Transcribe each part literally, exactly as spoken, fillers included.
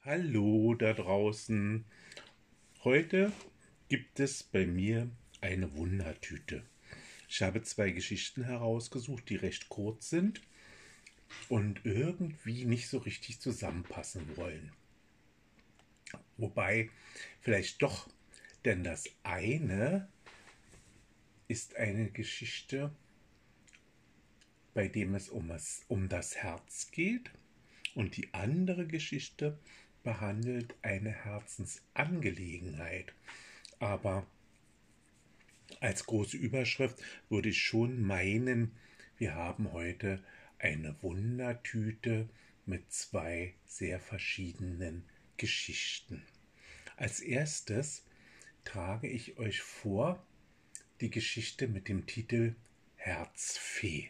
Hallo da draußen. Heute gibt es bei mir eine Wundertüte. Ich habe zwei Geschichten herausgesucht, die recht kurz sind und irgendwie nicht so richtig zusammenpassen wollen. Wobei vielleicht doch, denn das eine ist eine Geschichte, bei dem es um das, um das Herz geht, und die andere Geschichte behandelt eine Herzensangelegenheit. Aber als große Überschrift würde ich schon meinen, wir haben heute eine Wundertüte mit zwei sehr verschiedenen Geschichten. Als erstes trage ich euch vor die Geschichte mit dem Titel Herzfee.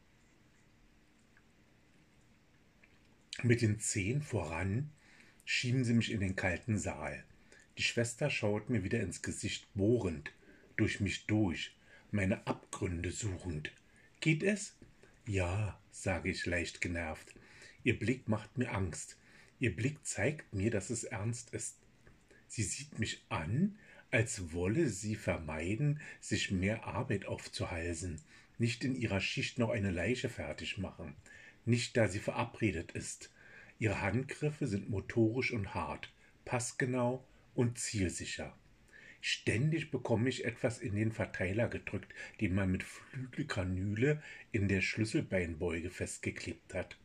Mit den Zehen voran schieben sie mich in den kalten Saal. Die Schwester schaut mir wieder ins Gesicht bohrend, durch mich durch, meine Abgründe suchend. Geht es? Ja, sage ich leicht genervt. Ihr Blick macht mir Angst. Ihr Blick zeigt mir, dass es ernst ist. Sie sieht mich an, als wolle sie vermeiden, sich mehr Arbeit aufzuhalsen, nicht in ihrer Schicht noch eine Leiche fertig machen, nicht da sie verabredet ist. Ihre Handgriffe sind motorisch und hart, passgenau und zielsicher. Ständig bekomme ich etwas in den Verteiler gedrückt, den man mit Flügelkanüle in der Schlüsselbeinbeuge festgeklebt hat.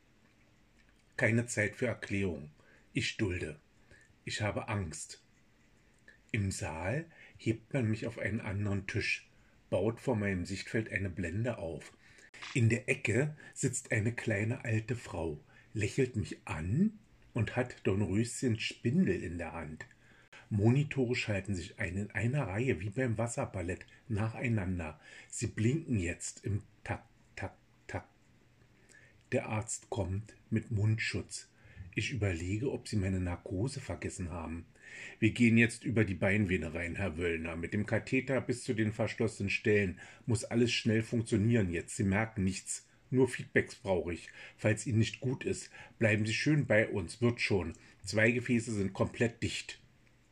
Keine Zeit für Erklärung. Ich dulde. Ich habe Angst. Im Saal hebt man mich auf einen anderen Tisch, baut vor meinem Sichtfeld eine Blende auf. In der Ecke sitzt eine kleine alte Frau, lächelt mich an und hat Dornröschens Spindel in der Hand. Monitore schalten sich ein in einer Reihe wie beim Wasserballett nacheinander. Sie blinken jetzt im Takt, Takt, Takt. Der Arzt kommt mit Mundschutz. Ich überlege, ob sie meine Narkose vergessen haben. Wir gehen jetzt über die Beinvene rein, Herr Wöllner. Mit dem Katheter bis zu den verschlossenen Stellen muss alles schnell funktionieren jetzt. Sie merken nichts. Nur Feedbacks brauche ich. Falls Ihnen nicht gut ist, bleiben Sie schön bei uns. Wird schon. Zwei Gefäße sind komplett dicht.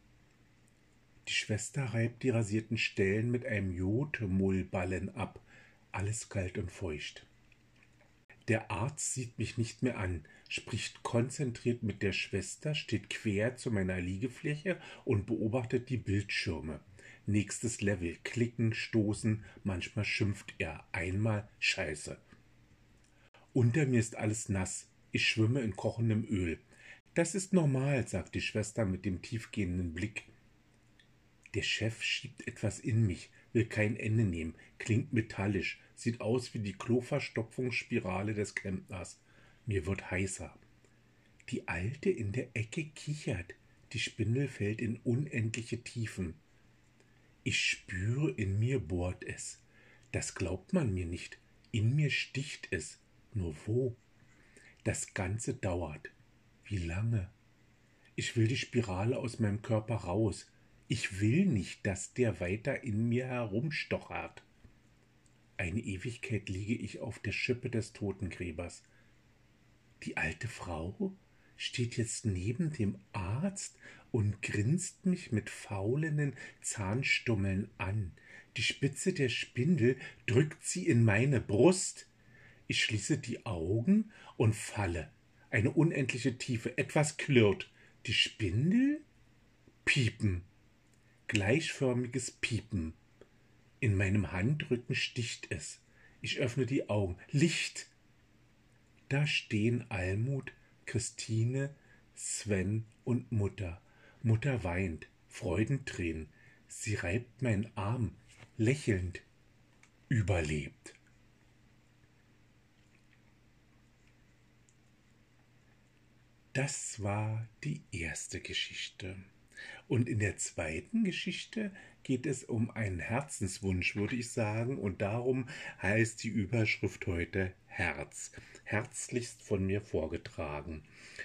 Die Schwester reibt die rasierten Stellen mit einem Jodmullballen ab. Alles kalt und feucht. Der Arzt sieht mich nicht mehr an, spricht konzentriert mit der Schwester, steht quer zu meiner Liegefläche und beobachtet die Bildschirme. Nächstes Level, klicken, stoßen, manchmal schimpft er, einmal Scheiße. Unter mir ist alles nass, ich schwimme in kochendem Öl. Das ist normal, sagt die Schwester mit dem tiefgehenden Blick. Der Chef schiebt etwas in mich, will kein Ende nehmen, klingt metallisch, sieht aus wie die Kloverstopfungsspirale des Klempners. Mir wird heißer. Die Alte in der Ecke kichert, die Spindel fällt in unendliche Tiefen. Ich spüre, in mir bohrt es. Das glaubt man mir nicht. In mir sticht es. Nur wo? Das Ganze dauert. Wie lange? Ich will die Spirale aus meinem Körper raus. Ich will nicht, dass der weiter in mir herumstochert. Eine Ewigkeit liege ich auf der Schippe des Totengräbers. Die alte Frau steht jetzt neben dem Arzt und grinst mich mit faulenden Zahnstummeln an. Die Spitze der Spindel drückt sie in meine Brust. Ich schließe die Augen und falle. Eine unendliche Tiefe. Etwas klirrt. Die Spindel? Piepen. Gleichförmiges Piepen. In meinem Handrücken sticht es. Ich öffne die Augen. Licht! Da stehen Almut, Christine, Sven und Mutter. Mutter weint, Freudentränen. Sie reibt meinen Arm, lächelnd. Überlebt. Das war die erste Geschichte. Und in der zweiten Geschichte geht es um einen Herzenswunsch, würde ich sagen. Und darum heißt die Überschrift heute Herz. Herzlichst von mir vorgetragen.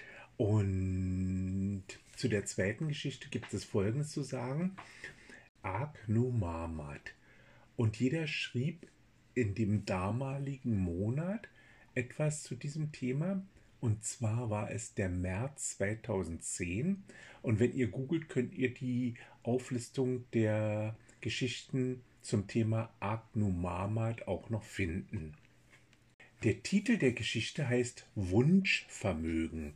Und zu der zweiten Geschichte gibt es Folgendes zu sagen. Agnumamat. Und jeder schrieb in dem damaligen Monat etwas zu diesem Thema. Und zwar war es der März zweitausendzehn. Und wenn ihr googelt, könnt ihr die Auflistung der Geschichten zum Thema Agnu Marmat auch noch finden. Der Titel der Geschichte heißt Wunschvermögen.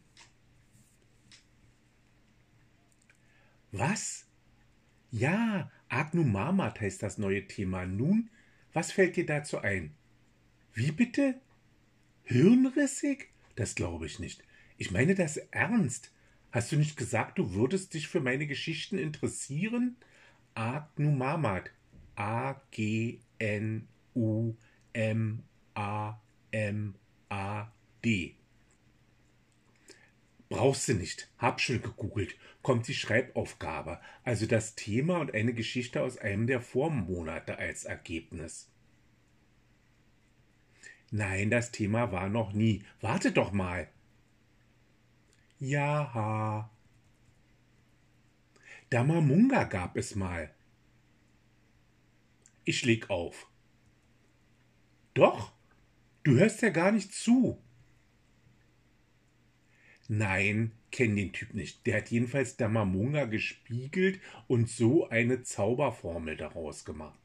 Was? Ja, Agnu Marmat heißt das neue Thema. Nun, was fällt dir dazu ein? Wie bitte? Hirnrissig? Das glaube ich nicht. Ich meine das ernst. Hast du nicht gesagt, du würdest dich für meine Geschichten interessieren? Agnu Marmat. A G N U M A M A D. Brauchst du nicht. Hab schon gegoogelt. Kommt die Schreibaufgabe, also das Thema und eine Geschichte aus einem der Vormonate als Ergebnis. Nein, das Thema war noch nie. Warte doch mal. Ja. Damamunga gab es mal. Ich leg auf. Doch, du hörst ja gar nicht zu. Nein, kenn den Typ nicht. Der hat jedenfalls Damamunga gespiegelt und so eine Zauberformel daraus gemacht.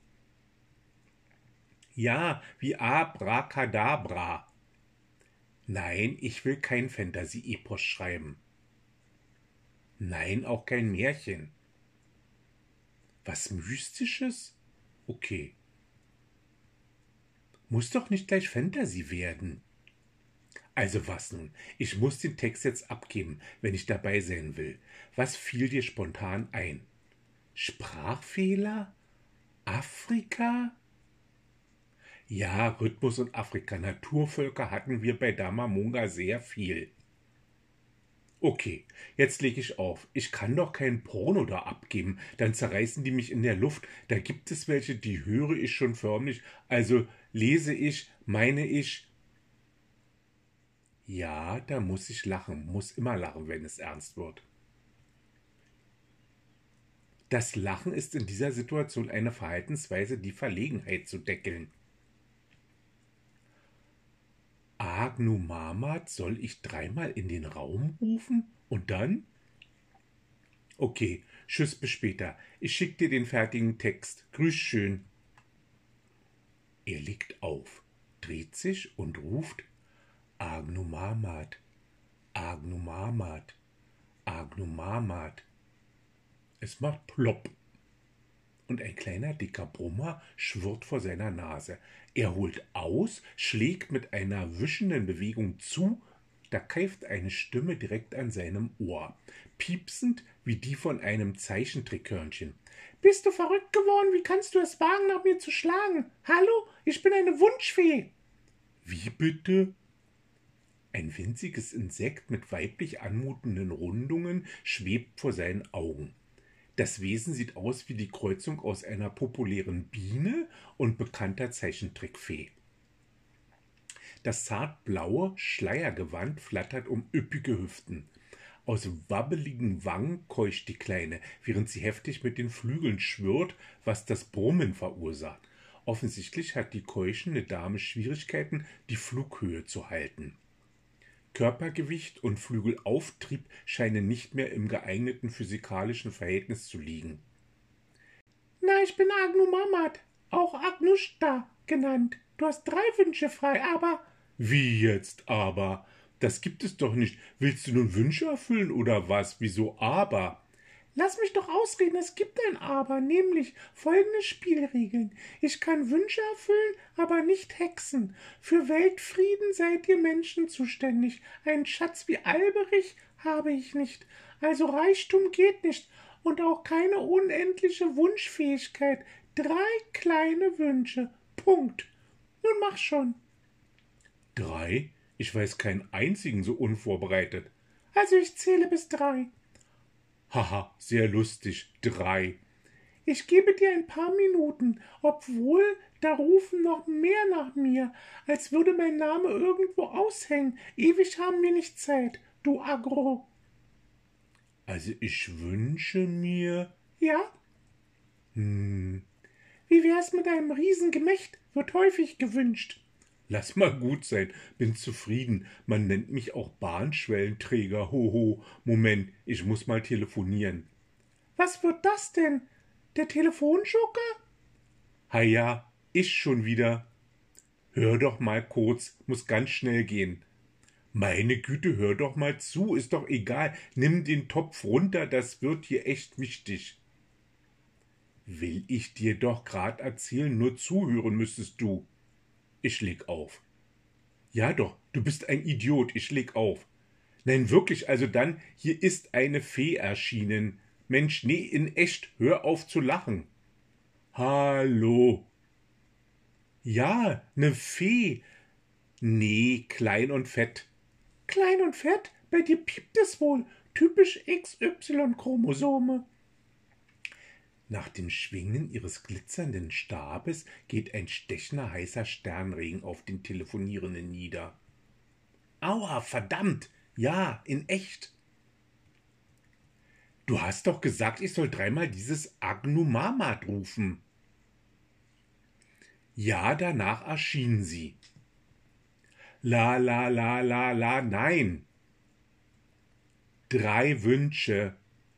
Ja, wie Abracadabra. Nein, ich will kein Fantasy-Epos schreiben. Nein, auch kein Märchen. Was Mystisches? Okay. Muss doch nicht gleich Fantasy werden. Also was nun? Ich muss den Text jetzt abgeben, wenn ich dabei sein will. Was fiel dir spontan ein? Sprachfehler? Afrika? Ja, Rhythmus und Afrika. Naturvölker hatten wir bei Damamunga sehr viel. Okay, jetzt lege ich auf. Ich kann doch kein Porno da abgeben. Dann zerreißen die mich in der Luft. Da gibt es welche, die höre ich schon förmlich. Also lese ich, meine ich. Ja, da muss ich lachen. Muss immer lachen, wenn es ernst wird. Das Lachen ist in dieser Situation eine Verhaltensweise, die Verlegenheit zu deckeln. Agnu Marmat soll ich dreimal in den Raum rufen? Und dann? Okay, tschüss, bis später. Ich schick dir den fertigen Text. Grüß schön. Er legt auf, dreht sich und ruft Agnu Marmat, Agnu Marmat, Agnu Marmat. Es macht plopp. Und ein kleiner, dicker Brummer schwirrt vor seiner Nase. Er holt aus, schlägt mit einer wischenden Bewegung zu, da keift eine Stimme direkt an seinem Ohr, piepsend wie die von einem Zeichentrickhörnchen. »Bist du verrückt geworden? Wie kannst du es wagen, nach mir zu schlagen? Hallo, ich bin eine Wunschfee!« »Wie bitte?« Ein winziges Insekt mit weiblich anmutenden Rundungen schwebt vor seinen Augen. Das Wesen sieht aus wie die Kreuzung aus einer populären Biene und bekannter Zeichentrickfee. Das zartblaue Schleiergewand flattert um üppige Hüften. Aus wabbeligen Wangen keucht die Kleine, während sie heftig mit den Flügeln schwirrt, was das Brummen verursacht. Offensichtlich hat die keuchende Dame Schwierigkeiten, die Flughöhe zu halten. Körpergewicht und Flügelauftrieb scheinen nicht mehr im geeigneten physikalischen Verhältnis zu liegen. »Na, ich bin Agnu Marmat, auch Agnushta genannt. Du hast drei Wünsche frei, aber...« »Wie jetzt aber? Das gibt es doch nicht. Willst du nun Wünsche erfüllen oder was? Wieso aber?« »Lass mich doch ausreden, es gibt ein Aber, nämlich folgende Spielregeln. Ich kann Wünsche erfüllen, aber nicht hexen. Für Weltfrieden seid ihr Menschen zuständig. Einen Schatz wie Alberich habe ich nicht. Also Reichtum geht nicht und auch keine unendliche Wunschfähigkeit. Drei kleine Wünsche. Punkt. Nun mach schon.« »Drei? Ich weiß keinen einzigen so unvorbereitet.« »Also ich zähle bis drei.« »Haha, sehr lustig. Drei.« »Ich gebe dir ein paar Minuten, obwohl da rufen noch mehr nach mir, als würde mein Name irgendwo aushängen. Ewig haben wir nicht Zeit, du Agro.« »Also ich wünsche mir...« »Ja?« Hm. »Wie wär's mit einem Riesengemächt? Wird häufig gewünscht.« Lass mal gut sein, bin zufrieden. Man nennt mich auch Bahnschwellenträger. Hoho, Moment, ich muss mal telefonieren. Was wird das denn? Der Telefonjoker? Ha ja, ich schon wieder. Hör doch mal kurz, muss ganz schnell gehen. Meine Güte, hör doch mal zu, ist doch egal. Nimm den Topf runter, das wird hier echt wichtig. Will ich dir doch grad erzählen, nur zuhören müsstest du. Ich leg auf. Ja doch, du bist ein Idiot, ich leg auf. Nein, wirklich, also dann, hier ist eine Fee erschienen. Mensch, nee, in echt, hör auf zu lachen. Hallo. Ja, ne Fee. Nee, klein und fett. Klein und fett? Bei dir piept es wohl. Typisch X Y-Chromosome. Nach dem Schwingen ihres glitzernden Stabes geht ein stechender heißer Sternregen auf den Telefonierenden nieder. Aua, verdammt! Ja, in echt. Du hast doch gesagt, ich soll dreimal dieses Agnu Mamat rufen. Ja, danach erschien sie. La la la la la, nein. Drei Wünsche.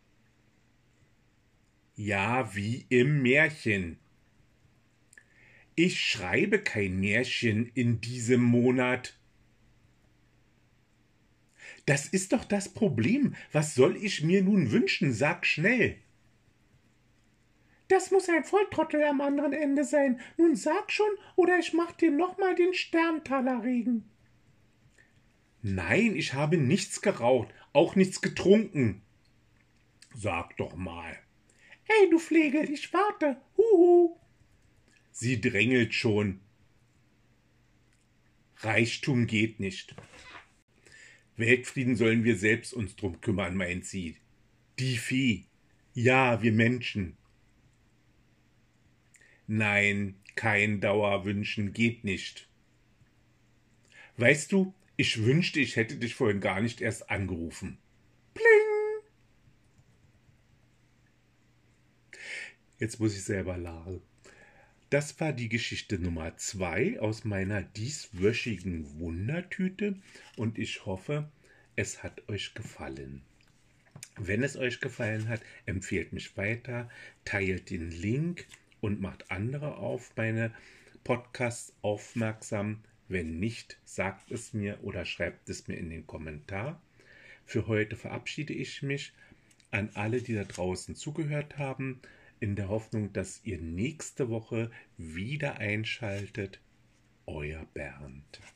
Ja, wie im Märchen. Ich schreibe kein Märchen in diesem Monat. Das ist doch das Problem. Was soll ich mir nun wünschen? Sag schnell. Das muss ein Volltrottel am anderen Ende sein. Nun sag schon, oder ich mach dir nochmal den Sterntalerregen. Nein, ich habe nichts geraucht, auch nichts getrunken. Sag doch mal. Hey, du Flegel, ich warte. Huhu. Sie drängelt schon. Reichtum geht nicht. Weltfrieden sollen wir selbst uns drum kümmern, meint sie. Die Fee. Ja, wir Menschen. Nein, kein Dauerwünschen geht nicht. Weißt du, ich wünschte, ich hätte dich vorhin gar nicht erst angerufen. Pling! Jetzt muss ich selber lachen. Das war die Geschichte Nummer zwei aus meiner dieswöchigen Wundertüte und ich hoffe, es hat euch gefallen. Wenn es euch gefallen hat, empfehlt mich weiter, teilt den Link und macht andere auf meine Podcasts aufmerksam. Wenn nicht, sagt es mir oder schreibt es mir in den Kommentar. Für heute verabschiede ich mich an alle, die da draußen zugehört haben, in der Hoffnung, dass ihr nächste Woche wieder einschaltet. Euer Bernd.